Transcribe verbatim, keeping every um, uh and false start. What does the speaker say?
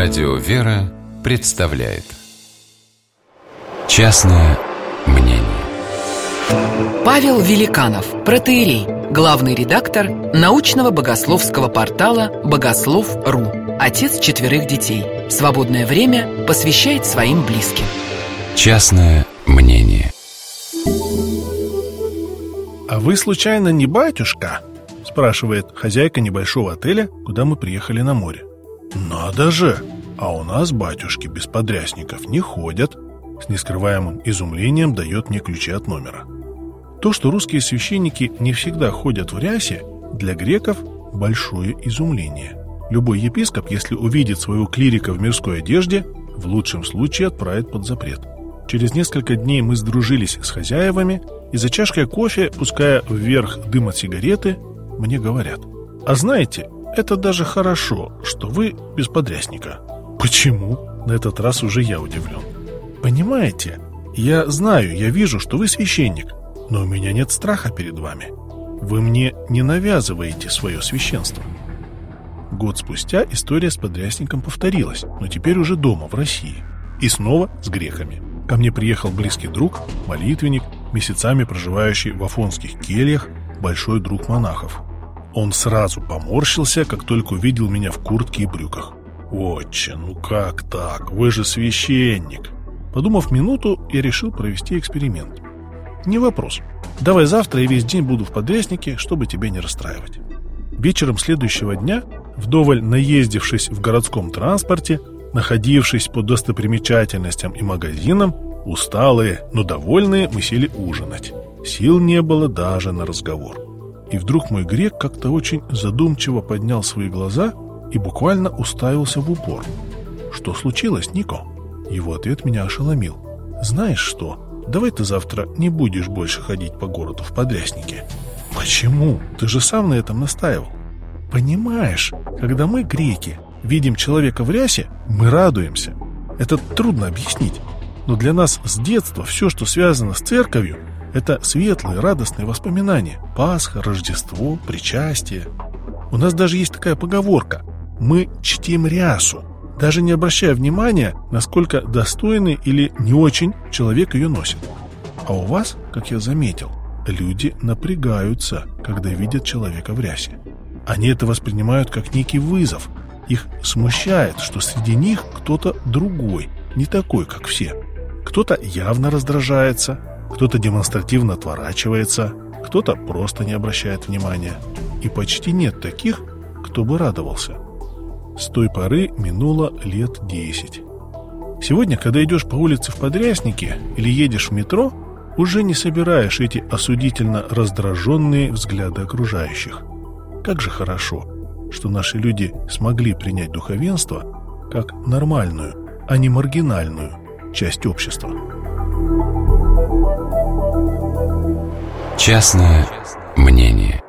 Радио «Вера» представляет «Частное мнение». Павел Великанов, протоиерей, главный редактор научного богословского портала «Богослов точка ру», отец четверых детей. Свободное время посвящает своим близким. Частное мнение. «А вы, случайно, не батюшка?» — спрашивает хозяйка небольшого отеля, куда мы приехали на море. «Надо же! А у нас батюшки без подрясников не ходят!» С нескрываемым изумлением дает мне ключи от номера. То, что русские священники не всегда ходят в рясе, для греков большое изумление. Любой епископ, если увидит своего клирика в мирской одежде, в лучшем случае отправит под запрет. Через несколько дней мы сдружились с хозяевами, и за чашкой кофе, пуская вверх дым от сигареты, мне говорят: «А знаете, это даже хорошо, что вы без подрясника». «Почему?» На этот раз уже я удивлен. «Понимаете, я знаю, я вижу, что вы священник, но у меня нет страха перед вами. Вы мне не навязываете свое священство». Год спустя история с подрясником повторилась, но теперь уже дома, в России. И снова с греками. Ко мне приехал близкий друг, молитвенник, месяцами проживающий в афонских кельях, большой друг монахов. Он сразу поморщился, как только увидел меня в куртке и брюках. «Отче, ну как так? Вы же священник!» Подумав минуту, я решил провести эксперимент. «Не вопрос. Давай завтра я весь день буду в подряснике, чтобы тебя не расстраивать». Вечером следующего дня, вдоволь наездившись в городском транспорте, находившись по достопримечательностям и магазинам, усталые, но довольные, мы сели ужинать. Сил не было даже на разговор. И вдруг мой грек как-то очень задумчиво поднял свои глаза и буквально уставился в упор. «Что случилось, Нико?» Его ответ меня ошеломил. «Знаешь что, давай ты завтра не будешь больше ходить по городу в подряснике». «Почему? Ты же сам на этом настаивал». «Понимаешь, когда мы, греки, видим человека в рясе, мы радуемся. Это трудно объяснить. Но для нас с детства все, что связано с церковью, это светлые, радостные воспоминания. Пасха, Рождество, причастие. У нас даже есть такая поговорка: мы чтим рясу, даже не обращая внимания, насколько достойный или не очень человек ее носит. А у вас, как я заметил, люди напрягаются, когда видят человека в рясе. Они это воспринимают как некий вызов. Их смущает, что среди них кто-то другой, не такой, как все. Кто-то явно раздражается, кто-то демонстративно отворачивается, кто-то просто не обращает внимания. И почти нет таких, кто бы радовался. С той поры минуло лет десять. Сегодня, когда идешь по улице в подряснике или едешь в метро, уже не собираешь эти осудительно раздраженные взгляды окружающих. Как же хорошо, что наши люди смогли принять духовенство как нормальную, а не маргинальную часть общества. Частное мнение.